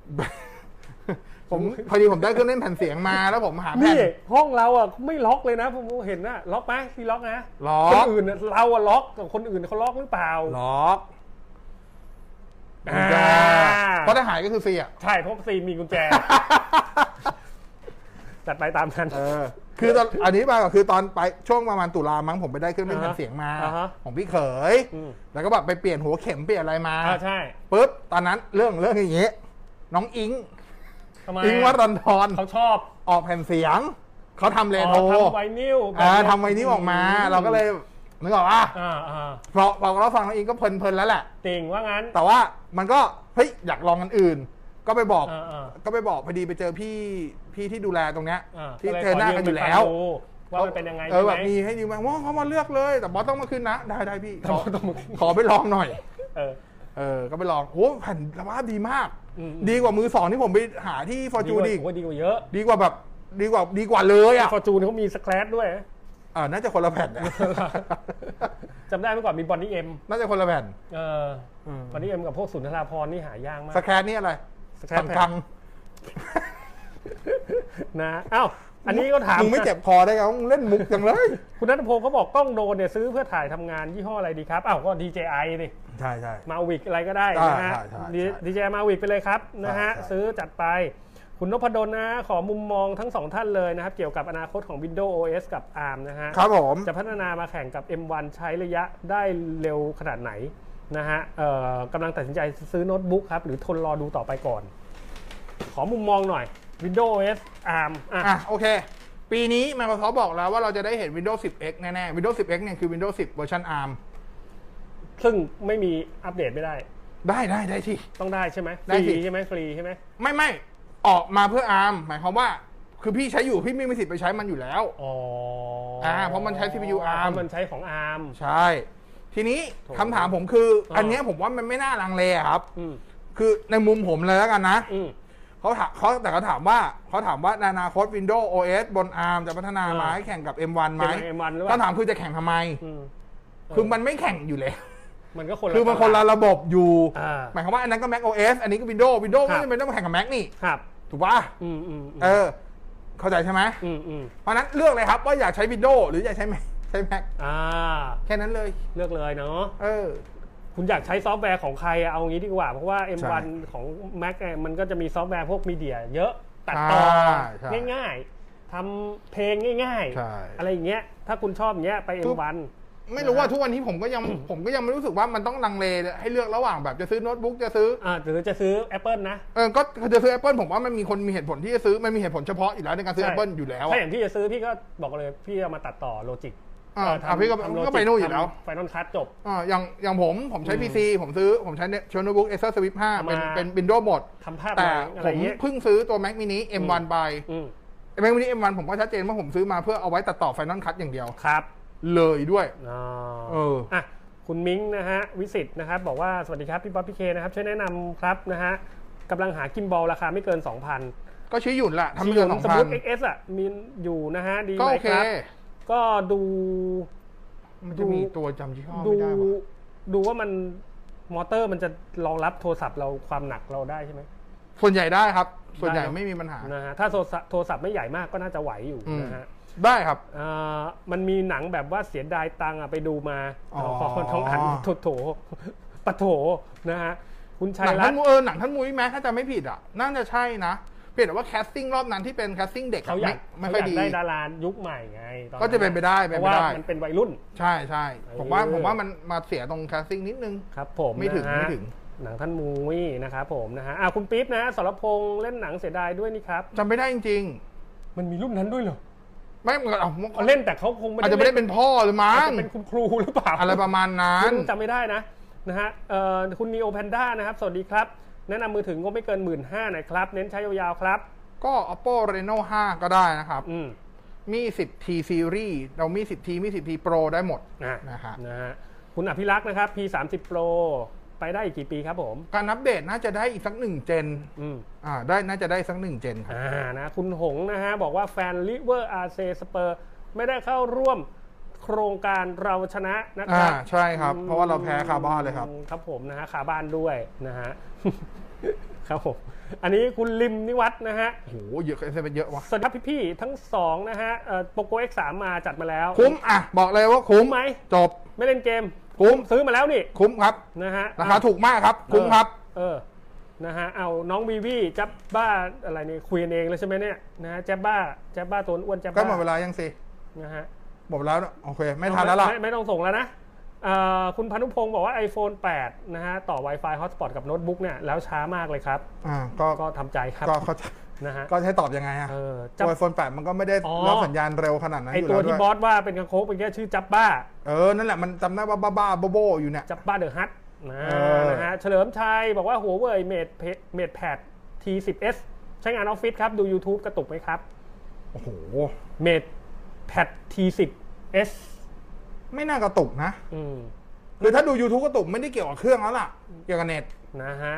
ผมพอดีผมได้เครื่องเล่นแผ่นเสียงมาแล้วผมหาแผ่นี่นห้องเราอ่ะไม่ล็อกเลยนะผมเห็นนะล็อกไหมพี่ล็อกนะล็อกคนอื่นน่ะเราอ่ะล็อกแต่คนอื่นเขาล็อกหรือเปล่าล็อกอ่าเพราะถ้าหายก็คือฟรีอ่ะใช่เพราะซีมีกุญแจ จัดไปตามนั้นคือตอนอันนี้มาก็คือตอนไปช่วงประมาณตุลามั้งผมไปได้เครื่องเล่นแผ่นเสียงมาอ่าฮะของพี่เขย แล้วก็แบบไปเปลี่ยนหัวเข็มเปลี่ยนอะไรมาใช่ปุ๊บตอนนั้นเรื่องอย่างเงี้ยน้องอิงทำไมอิงวัดรันทรเขาชอบออกแผ่นเสียงเขาทำเรโทรทำไวนิลทำไวนิลออกมา เราก็เลยนึกออกว่าพอเราฟังน้องอิงก็เพลินแล้วแหละติ่งว่างั้นแต่ว่ามันก็เฮ้ยอยากลองอันอื่น ก็ไปบอกอ่าพอดีไปเจอพี่ที่ดูแลตรงเนี้ย ที่ก็ลยเจอหน้ากันอยู่แล้วขยืมไปฟังดูว่ามันเป็นยังไงแบใช่ไหมบมีให้ยืมมาว่าเขามาเลือกเลย แต่บอสต้องมาขึ้นนะได้พี่ต้องมาขึ้นขอไปลองหน่อยเออก็ไปลองโอ้แผ่นสภาพดีมาก ดีกว่ามือสองที่ผมไปหาที่ฟอร์จูนอีกดีกว่าเยอะดีกว่าแบบดีกว่าเลยอ่ะฟอร์จูนเขามีสแครชด้วยน่าจะคนละแผ่นนะจำได้เมื่อก่อนมีบอนนี่เอ็มน่าจะคนละแผ่นบอนนี่เอ็มกับพวกสุนทราภรณ์นี่หายากมากสแครนี่อะไรสแครชแผ่นนะอ้าวอันนี้ก็ถามมึงไม่เจ็บคอได้ไงมึงเล่นมุกจังเลยคุณนัทพงศ์เขาบอกกล้องโดรนเนี่ยซื้อเพื่อถ่ายทำงานยี่ห้ออะไรดีครับอ้าวก็ DJI ดิใช่มาวิกอะไรก็ได้นะฮะใช่ DJI มาวิกไปเลยครับนะฮะใช่ซื้อจัดไปคุณนพดลนะขอมุมมองทั้งสองท่านเลยนะครับเกี่ยวกับอนาคตของ Windows OS กับ ARM นะฮะครับผมจะพัฒนามาแข่งกับ M1 ใช้ระยะได้เร็วขนาดไหนนะฮะกำลังตัดสินใจซื้อโน้ตบุ๊กครับหรือทนรอดูต่อไปก่อน ขอมุมมองหน่อย Windows OS ARM โอเค ปีนี้ Microsoft บอกแล้วว่าเราจะได้เห็น Windows 10X แน่ๆ Windows 10X เนี่ยคือ Windows 10 เวอร์ชัน ARM ซึ่งไม่มีอัปเดตไม่ได้ได้ที่ต้องได้ใช่ไหมได้ฟสิรีใช่ไหมฟรีใช่ไหมไม่ออกมาเพื่อ ARM หมายความว่าคือพี่ใช้อยู่พี่ไม่มีสิทธิ์ไปใช้มันอยู่แล้ว เพราะมันใช้ CPU ARM เพราะมันใช้ของ ARM ใช่ ทีนี้คำถามผมคือ อันเนี้ยผมว่ามันไม่น่าลังเลครับ คือในมุมผมเลยแล้วกันนะแต่เขาถามว่าในอนาคต Windows OS บน ARM จะพัฒนามาให้แข่งกับ M1 ไหมคำถามคือจะแข่งทำไม คือมันไม่แข่งอยู่แล้วมันก็คนละคือมันคนละระบบอยู่หมายความว่าอันนั้นก็ Mac OS อันนี้ก็ Windows ไม่จำเป็นต้องมาแข่งกับ Mac นี่ครับถูกป่ะเข้าใจใช่ไหมเพราะนั้นเลือกเลยครับว่าอยากใช้ Windows หรืออยากใช้ Mac แค่นั้นเลยเลือกเลยเนาะคุคุณอยากใช้ซอฟต์แวร์ของใครเอางี้ดีกว่าเพราะว่า M1 ของ Mac มันก็จะมีซอฟต์แวร์พวกมีเดียเยอะตัดต่อง่ายๆทำเพลงง่ายๆอะไรอย่างเงี้ยถ้าคุณชอบอย่างเงี้ยไป M1 ไม่รู้ว่าทุกวันนี้ผมก็ยังไม่รู้สึกว่ามันต้องลังเลให้เลือกระหว่างแบบจะซื้อโน้ตบุ๊กจะซื้อหรือจะซื้อ Apple นะก็จะซื้อ Apple ผมว่ามันมีคนมีเหตุผลที่จะซื้อมันมีเหตุผลเฉพาะอยู่แล้วในการซื้อ Apple อยู่แล้วถ้าอย่างที่จะซื้อพี่ก็บอกเลยพี่เอามาตัดต่อโลจิกพี่ก็ไปนู่นอยู่แล้วไฟนอลคัทจบอย่างผมใช้ PC ผมใช้โน้ตบุ๊ก Acer Swift 5เป็น Windows หมดแต่ผมเพิ่งซื้อตัว Mac mini M1 ไป Mac mini M1 ผมก็ชัดเจนว่าผมซื้อมาเพื่อเอาไว้ตัดต่อ Final Cut อย่างเดียวครับเลยด้วยคุณมิ้งนะฮะวิสิตนะครับบอกว่าสวัสดีครับพี่ป๊อปพี่เคนะครับช่วยแนะนำครับนะฮะกำลังหากิมบอลราคาไม่เกิน 2,000 ก็ชี้หยุ่นแหละทำไม่เกิน 2,000 สมมติ XS อ่ะมีอยู่นะฮะดีไหมครับก็มันจะมีตัวจำยี่ห้อไม่ได้ดูว่ามันมอเตอร์มันจะรองรับโทรศัพท์เราความหนักเราได้ใช่ไหมส่วนใหญ่ได้ครับส่วนใหญ่ไม่มีปัญหานะฮะถ้าโทรศัพท์ไม่ใหญ่มากก็น่าจะไหวอยู่นะฮะได้ครับมันมีหนังแบบว่าเสียดายตังค์ไปดูมาขอคนท้องอันโถปะโถนะฮะคุณชัยรัตน์หนังท่านมุ้ยแม้ถ้าจะไม่ผิดอ่ะน่าจะใช่นะเพียงแต่ว่าแคสติ้งรอบนั้นที่เป็นแคสติ้งเด็กเขาอยากได้ดารายุคใหม่ไงก็จะเป็นไปได้เพราะว่ามันเป็นวัยรุ่นใช่ผมว่ามันมาเสียตรงแคสติ้งนิดนึงครับผมไม่ถึงหนังท่านมุ้ยนะครับผมนะฮะคุณปิ๊บนะสรพงษ์เล่นหนังเสียดายด้วยนี่ครับจำไม่ได้จริงๆมันมีรุ่นนั้นด้วยเหรอไม่เขาเล่นแต่เขาคงอาจจะไม่ได้เป็นพ่อหรือมั้งเป็นคุณครูหรือเปล่าอะไรประมาณนั้นจำไม่ได้นะฮะคุณนีโอแพนด้านะครับสวัสดีครับแนะนำมือถืองบไม่เกิน 15,000 หน่อยครับเน้นใช้ยาวๆครับก็ Oppo Reno 5 ก็ได้นะครับมี 10T Series เรามี 10T มี 10T Pro ได้หมดนะฮะคุณอภิรักษ์นะครับ P30 Pro ไปได้อีกกี่ปีครับผมการอัปเดตน่าจะได้อีกสัก1เจนน่าจะได้สัก1เจนครับนะคุณหงนะฮะบอกว่าแฟนลิเวอร์อาร์เซสเปอร์ไม่ได้เข้าร่วมโครงการเราชนะนะครับใช่ครับเพราะว่าเราแพ้คาบ้านเลยครับครับผมนะฮะคาบ้านด้วยนะฮะครับผมอันนี้คุณลิมนิวัฒน์นะฮะโอ้โหเยอะเป็นเยอะว่ะสวัสดีครับพี่ๆทั้ง2นะฮะPoco X3 มาจัดมาแล้วคุ้มบอกเลยว่าคุ้มไหมจบไม่เล่นเกมคุ้มซื้อมาแล้วนี่คุ้มครับนะฮะราคาถูกมากครับคุ้มครับนะฮะเอาน้องวีวีจับบ้าอะไรนี่คุยกันเองเลยใช่ไหมเนี่ยนะฮะจับบ้าตัวอ้วนจับบ้าก็หมดเวลายังสินะฮะหมดแล้วโอเคไม่ทันแล้วล่ะไม่ต้องส่งแล้วนะคุณพานุพงศ์บอกว่า iPhone 8 นะฮะต่อ Wi-Fi Hotspot กับโน้ตบุ๊กเนี่ยแล้วช้ามากเลยครับก็ทำใจครับก็นะฮะก็ให้ตอบยังไงiPhone 8 มันก็ไม่ได้รับสัญญาณเร็วขนาดนั้นอยู่แล้วด้วยไอตัวที่บอสว่าเป็นกังโคกเป็นแค่ชื่อจับบ้านั่นแหละมันจำได้ว่าบ้าโบอยู่เนี่ยจับบ้าเดอะฮัทนะฮะเฉลิมชัยบอกว่าหัวเว่ยเมดแพด T10s ใช้งานออฟฟิศครับดู YouTube กระตุกไหมครับโอ้โหเมดแพด T10s ไม่น่ากระตุกนะคือถ้าดู YouTube กระตุกไม่ได้เกี่ยวกับเครื่องแล้วล่ะเกี่ยวกับเน็ตนะฮะ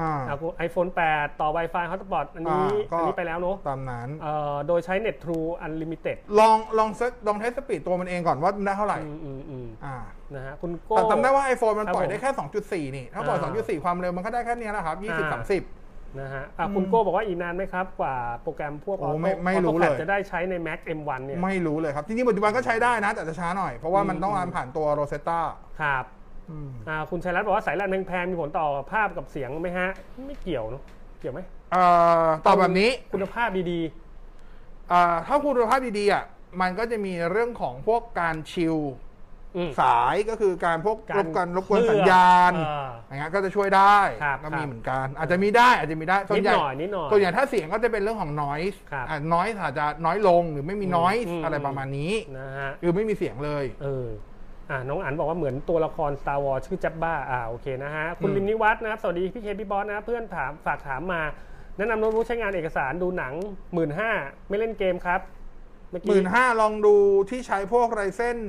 iPhone 8 ต่อ Wi-Fi Hotspot อันนี้ไปแล้วเนอะตามนั้นโดยใช้ Net True Unlimited ลองเทสสปีดตัวมันเองก่อนว่าได้เท่าไหร่นะฮะคุณโก้แต่จำได้ว่า iPhone มันปล่อยได้แค่ 2.4 นี่ถ้าปล่อย 2.4 ความเร็วมันก็ได้แค่นี้แหละครับ 20-30 นะฮะคุณโก้บอกว่าอีกนานไหมครับกว่าโปรแกรมพวกไม่รู้เลยจะได้ใช้ใน Mac M1 เนี่ยไม่รู้เลยครับจริงๆปัจจุบันก็ใช้ได้นะแต่จะช้าหน่อยเพราะว่ามันต้องผ่านตัว Rosetta ครับคุณชัยรัตน์บอกว่าสายรัดแพงๆมีผลต่อภาพกับเสียงไหมฮะไม่เกี่ยวเนาะเกี่ยวไหมตอบแบบนี้คุณภาพดีๆถ้าคุณภาพดีๆมันก็จะมีเรื่องของพวกการชิลสายก็คือการพวกรบกวนสัญญาณอย่างเงี้ยก็จะช่วยได้ก็มีเหมือนกันอาจจะมีได้ส่วนใหญ่ถ้าเสียงก็จะเป็นเรื่องของ noise noise อาจจะน้อยลงหรือไม่มี noise อะไรประมาณนี้นะฮะหรือไม่มีเสียงเลยน้องอั๋นบอกว่าเหมือนตัวละคร Star Wars ชื่อจับบ้าโอเคนะฮะคุณลิมนิวัฒน์นะครับสวัสดีพี่เคพี่บอสนะเพื่อนฝากถามมาแนะนำโน้ตบุ๊กใช้งานเอกสารดูหนัง 15,000 ไม่เล่นเกมครับ 15,000 ลองดูที่ใช้พวก Ryzen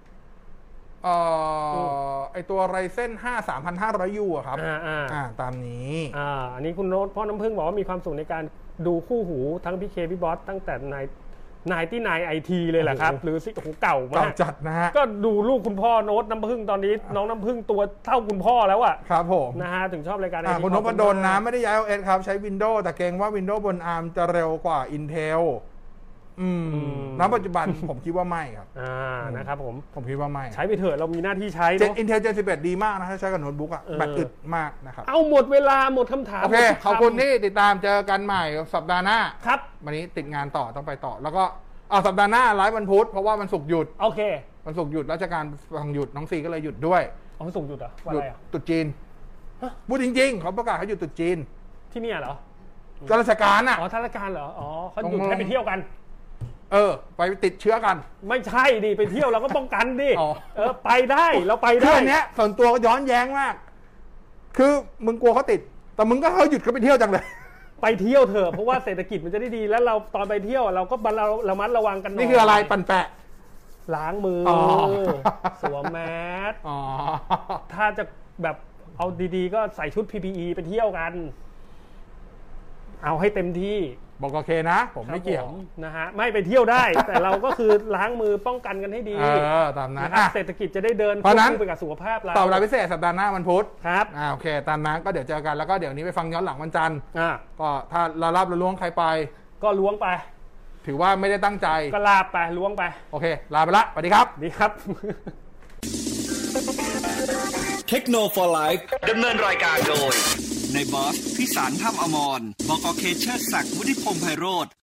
ไอตัว Ryzen 5 3500U อะครับตามนี้อันนี้คุณโน้ตพ่อน้ำพึ่งบอกว่ามีความสุขในการดูคู่หูทั้งพี่เคพี่บอสตั้งแต่99 IT เลยแหละครับหรือซิโอ้โหเก่ามากจัดนะฮะก็ดูลูกคุณพ่อโน้ตน้ำผึ้งตอนนี้น้องน้ำผึ้งตัวเท่าคุณพ่อแล้วอ่ะครับผมนะฮะถึงชอบรายการคุณนพดลนะไม่ได้ย้าย OS ครับใช้ Windows แต่เกรงว่า Windows บน ARM จะเร็วกว่า Intel ณปัจจุบันผมคิดว่าไม่ครับนะครับผมคิดว่าไม่ใช้ไปเถอะเรามีหน้าที่ใช้เนาะ Intel Gen 11 ดีมากนะถ้าใช้กับโน้ตบุ๊กอ่ะแบตอึดมากนะครับเอาหมดเวลาหมดคำถามโอเคขอบคุณที่ติดตามเจอกันใหม่สัปดาห์หน้าครับวันนี้ติดงานต่อต้องไปต่อแล้วก็สัปดาห์หน้าไลฟ์วันพุธเพราะว่ามันศุกร์หยุดโอเควันศุกร์หยุดราชการฟังหยุดน้องซีก็เลยหยุดด้วยวันศุกร์หยุดวันอะไรตรุษจีนพูดจริงๆเขาประกาศเขาหยุดตรุษจีนที่นี่เหรอราชการอ่ะข้าราชการเหรอเขาหยุดให้ไปเที่ยวกันไปติดเชื้อกันไม่ใช่ดิไปเที่ยวเราก็ป้องกันดิไปได้เราไปได้เนี้ยส่วนตัวก็ย้อนแย้งมากคือมึงกลัวเขาติดแต่มึงก็เขาหยุดก็ไปเที่ยวจังเลยไปเที่ยวเถอะเพราะว่าเศรษฐกิจมันจะได้ดีแล้วเราตอนไปเที่ยวเราก็ระมัดระวังกันหน่อยนี่คืออะไรปั่นแปะล้างมือสวมแมสถ้าจะแบบเอาดีๆก็ใส่ชุด PPE ไปเที่ยวกันเอาให้เต็มที่บอกโอเคนะผมไม่เกี่ยวนะฮะไม่ไปเที่ยวได้แต่เราก็คือล้างมือป้องกันกันให้ดีตามนั้นเศรษฐกิจจะได้เดินคู่ไปกับสุขภาพเราตอบรับพิเศษสัปดาห์หน้าวันพุธครับโอเคตามนั้นก็เดี๋ยวเจอกันแล้วก็เดี๋ยวนี้ไปฟังย้อนหลังวันจันทร์ก็ถ้าเรารับล้วงใครไปก็ล้วงไปถือว่าไม่ได้ตั้งใจก็ลาไปล้วงไปโอเคลาไปละสวัสดีครับดีครับเทคโนโลยีไลฟ์ดำเนินรายการโดยในบอสพิสารถ้ำอมรบก.เคเชอร์ศักดิ์วุฒิพงษ์ไพโรจน์